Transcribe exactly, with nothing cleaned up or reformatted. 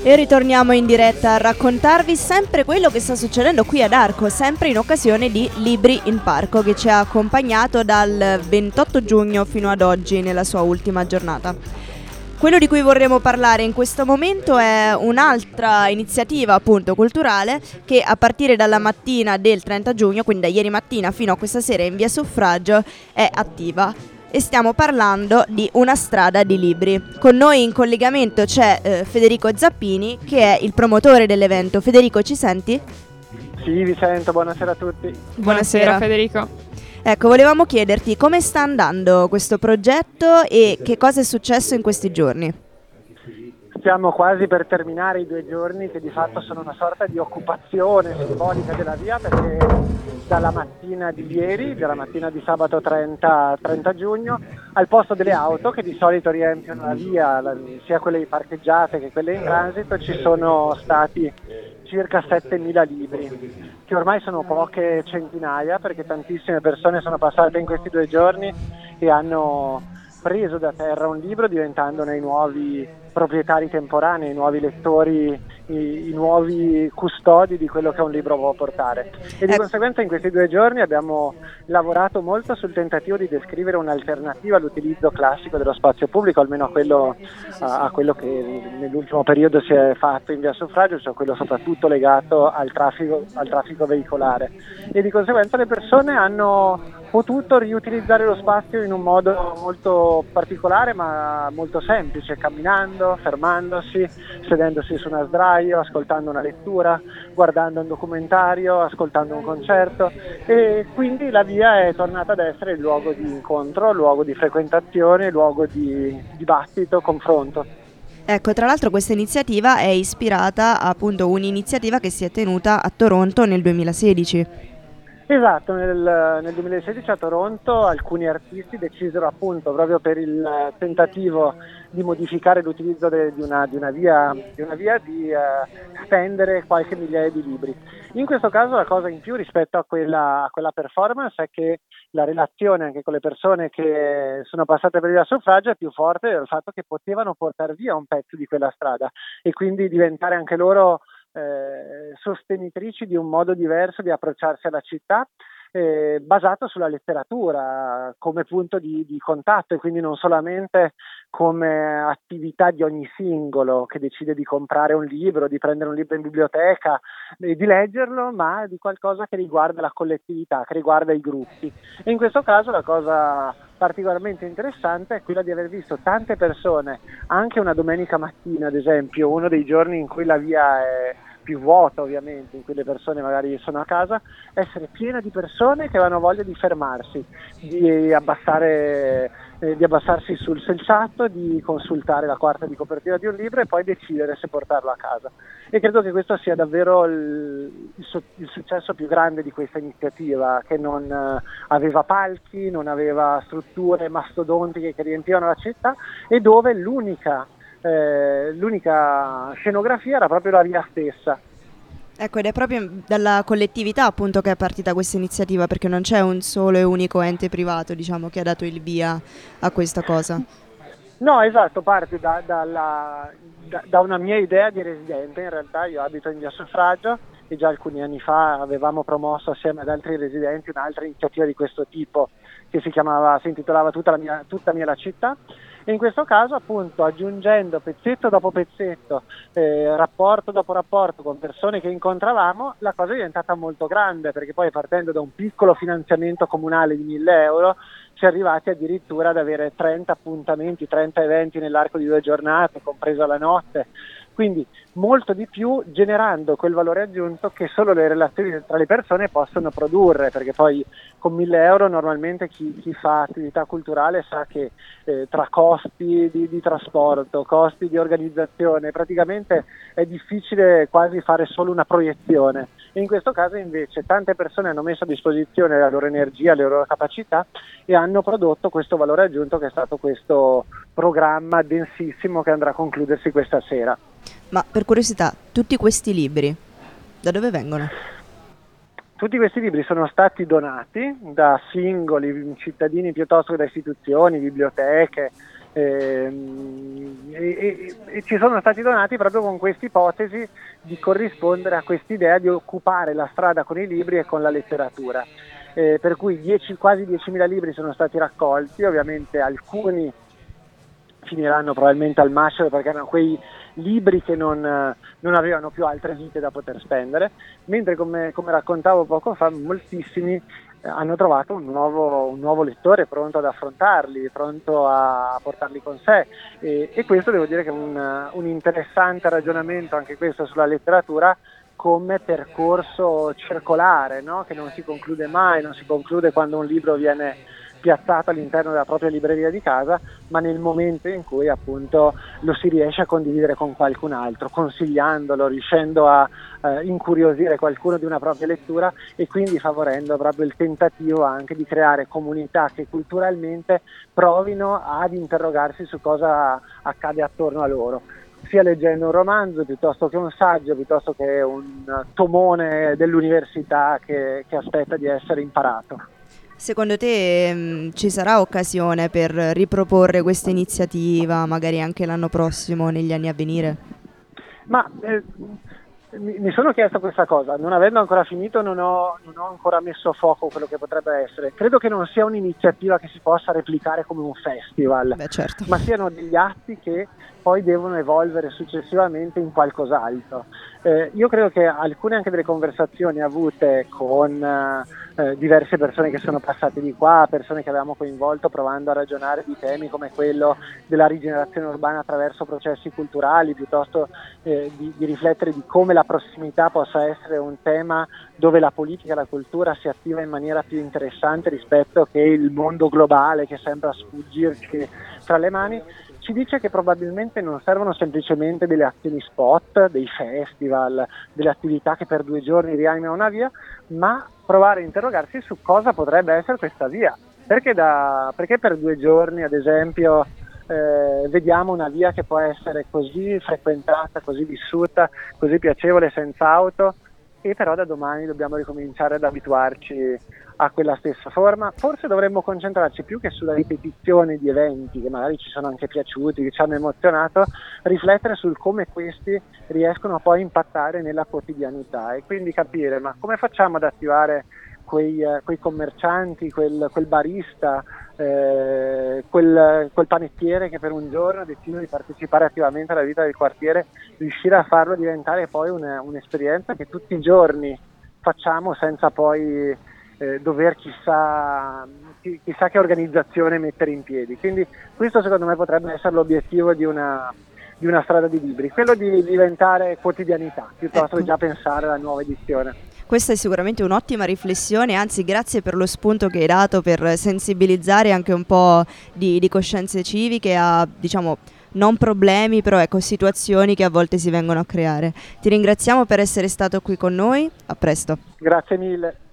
E ritorniamo in diretta a raccontarvi sempre quello che sta succedendo qui ad Arco, sempre in occasione di Libri in Parco, che ci ha accompagnato dal ventotto giugno fino ad oggi nella sua ultima giornata. Quello di cui vorremmo parlare in questo momento è un'altra iniziativa appunto culturale che a partire dalla mattina del trenta giugno, quindi da ieri mattina fino a questa sera in via Suffragio, è attiva. E stiamo parlando di Una strada di libri. Con noi in collegamento c'è eh, Federico Zappini, che è il promotore dell'evento. Federico, ci senti? Sì, vi sento, buonasera a tutti. Buonasera, buonasera Federico. Ecco, volevamo chiederti come sta andando questo progetto e che cosa è successo in questi giorni. Stiamo quasi per terminare i due giorni che di fatto sono una sorta di occupazione simbolica della via, perché dalla mattina di ieri, dalla mattina di sabato trenta giugno, al posto delle auto che di solito riempiono la via, la, sia quelle parcheggiate che quelle in transito, ci sono stati circa settemila libri, che ormai sono poche centinaia, perché tantissime persone sono passate in questi due giorni e hanno preso da terra un libro, diventandone i nuovi proprietari temporanei, i nuovi lettori, i, i nuovi custodi di quello che un libro può portare. E di eh. conseguenza in questi due giorni abbiamo lavorato molto sul tentativo di descrivere un'alternativa all'utilizzo classico dello spazio pubblico, almeno a quello, a, a quello che nell'ultimo periodo si è fatto in via Suffragio, cioè quello soprattutto legato al traffico, al traffico veicolare. E di conseguenza le persone hanno potuto riutilizzare lo spazio in un modo molto particolare ma molto semplice, camminando, fermandosi, sedendosi su una sdraio, ascoltando una lettura, guardando un documentario, ascoltando un concerto, e quindi la via è tornata ad essere il luogo di incontro, luogo di frequentazione, luogo di dibattito, confronto. Ecco, tra l'altro questa iniziativa è ispirata a appunto un'iniziativa che si è tenuta a Toronto nel duemilasedici. Esatto, nel, nel duemilasedici a Toronto alcuni artisti decisero appunto proprio per il tentativo di modificare l'utilizzo de, di, una, di una via di, una via, di uh, stendere qualche migliaia di libri. In questo caso la cosa in più rispetto a quella, a quella performance è che la relazione anche con le persone che sono passate per via Suffragio è più forte del fatto che potevano portare via un pezzo di quella strada e quindi diventare anche loro Eh, sostenitrici di un modo diverso di approcciarsi alla città, eh, basato sulla letteratura come punto di, di contatto, e quindi non solamente come attività di ogni singolo che decide di comprare un libro, di prendere un libro in biblioteca e di leggerlo, ma di qualcosa che riguarda la collettività, che riguarda i gruppi. E in questo caso la cosa particolarmente interessante è quella di aver visto tante persone, anche una domenica mattina ad esempio, uno dei giorni in cui la via è più vuota ovviamente, in cui le persone magari sono a casa, essere piena di persone che avevano voglia di fermarsi, di abbassare, eh, di abbassarsi sul selciato, di consultare la quarta di copertina di un libro e poi decidere se portarlo a casa. E credo che questo sia davvero il, il, il successo più grande di questa iniziativa, che non eh, aveva palchi, non aveva strutture mastodontiche che riempivano la città, e dove l'unica Eh, l'unica scenografia era proprio la via stessa. Ecco, ed è proprio dalla collettività appunto che è partita questa iniziativa, perché non c'è un solo e unico ente privato, diciamo, che ha dato il via a questa cosa. No, esatto, parte da, dalla, da, da una mia idea di residente. In realtà io abito in via Suffragio e già alcuni anni fa avevamo promosso assieme ad altri residenti un'altra iniziativa di questo tipo che si chiamava, si intitolava Tutta la mia, tutta mia la città. E in questo caso appunto aggiungendo pezzetto dopo pezzetto, eh, rapporto dopo rapporto con persone che incontravamo, la cosa è diventata molto grande, perché poi partendo da un piccolo finanziamento comunale di mille euro si è arrivati addirittura ad avere trenta appuntamenti, trenta eventi nell'arco di due giornate, compresa la notte. Quindi molto di più, generando quel valore aggiunto che solo le relazioni tra le persone possono produrre, perché poi con mille euro normalmente chi, chi fa attività culturale sa che eh, tra costi di, di trasporto, costi di organizzazione, praticamente è difficile quasi fare solo una proiezione. E in questo caso invece tante persone hanno messo a disposizione la loro energia, le loro capacità e hanno prodotto questo valore aggiunto che è stato questo programma densissimo che andrà a concludersi questa sera. Ma per curiosità, tutti questi libri da dove vengono? Tutti questi libri sono stati donati da singoli cittadini piuttosto che da istituzioni, biblioteche, ehm, e, e, e ci sono stati donati proprio con questa ipotesi di corrispondere a quest'idea di occupare la strada con i libri e con la letteratura. Eh, per cui dieci, quasi diecimila libri sono stati raccolti, ovviamente alcuni finiranno probabilmente al macero perché erano quei libri che non, non avevano più altre vite da poter spendere, mentre come, come raccontavo poco fa moltissimi eh, hanno trovato un nuovo, un nuovo lettore pronto ad affrontarli, pronto a portarli con sé, e, e questo devo dire che è un, un interessante ragionamento anche questo sulla letteratura come percorso circolare, no? Che non si conclude mai, non si conclude quando un libro viene piazzato all'interno della propria libreria di casa, ma nel momento in cui appunto lo si riesce a condividere con qualcun altro, consigliandolo, riuscendo a eh, incuriosire qualcuno di una propria lettura e quindi favorendo proprio il tentativo anche di creare comunità che culturalmente provino ad interrogarsi su cosa accade attorno a loro, sia leggendo un romanzo piuttosto che un saggio, piuttosto che un tomone dell'università che, che aspetta di essere imparato. Secondo te mh, ci sarà occasione per riproporre questa iniziativa, magari anche l'anno prossimo, negli anni a venire? Ma eh, mi, mi sono chiesto questa cosa, non avendo ancora finito non ho, non ho ancora messo a fuoco quello che potrebbe essere. Credo che non sia un'iniziativa che si possa replicare come un festival, Beh, certo. ma siano degli atti che poi devono evolvere successivamente in qualcos'altro. Eh, io credo che alcune anche delle conversazioni avute con eh, diverse persone che sono passate di qua, persone che avevamo coinvolto provando a ragionare di temi come quello della rigenerazione urbana attraverso processi culturali, piuttosto eh, di, di riflettere di come la prossimità possa essere un tema dove la politica e la cultura si attiva in maniera più interessante rispetto che il mondo globale che sembra sfuggirci tra le mani, ci dice che probabilmente non servono semplicemente delle azioni spot, dei festival, delle attività che per due giorni rianimano una via, ma provare a interrogarsi su cosa potrebbe essere questa via. Perché, da, perché per due giorni, ad esempio, eh, vediamo una via che può essere così frequentata, così vissuta, così piacevole senza auto, e però da domani dobbiamo ricominciare ad abituarci a quella stessa forma. Forse dovremmo concentrarci più che sulla ripetizione di eventi che magari ci sono anche piaciuti, che ci hanno emozionato, riflettere sul come questi riescono a poi impattare nella quotidianità e quindi capire ma come facciamo ad attivare quei, eh, quei commercianti, quel, quel barista, eh, quel, quel panettiere che per un giorno decide di partecipare attivamente alla vita del quartiere, riuscire a farlo diventare poi una, un'esperienza che tutti i giorni facciamo senza poi eh, dover chissà, chi, chissà che organizzazione mettere in piedi. Quindi questo secondo me potrebbe essere l'obiettivo di una, di una strada di libri, quello di diventare quotidianità piuttosto che già pensare alla nuova edizione. Questa è sicuramente un'ottima riflessione, anzi grazie per lo spunto che hai dato per sensibilizzare anche un po' di, di coscienze civiche a, diciamo, non problemi, però ecco, situazioni che a volte si vengono a creare. Ti ringraziamo per essere stato qui con noi, a presto. Grazie mille.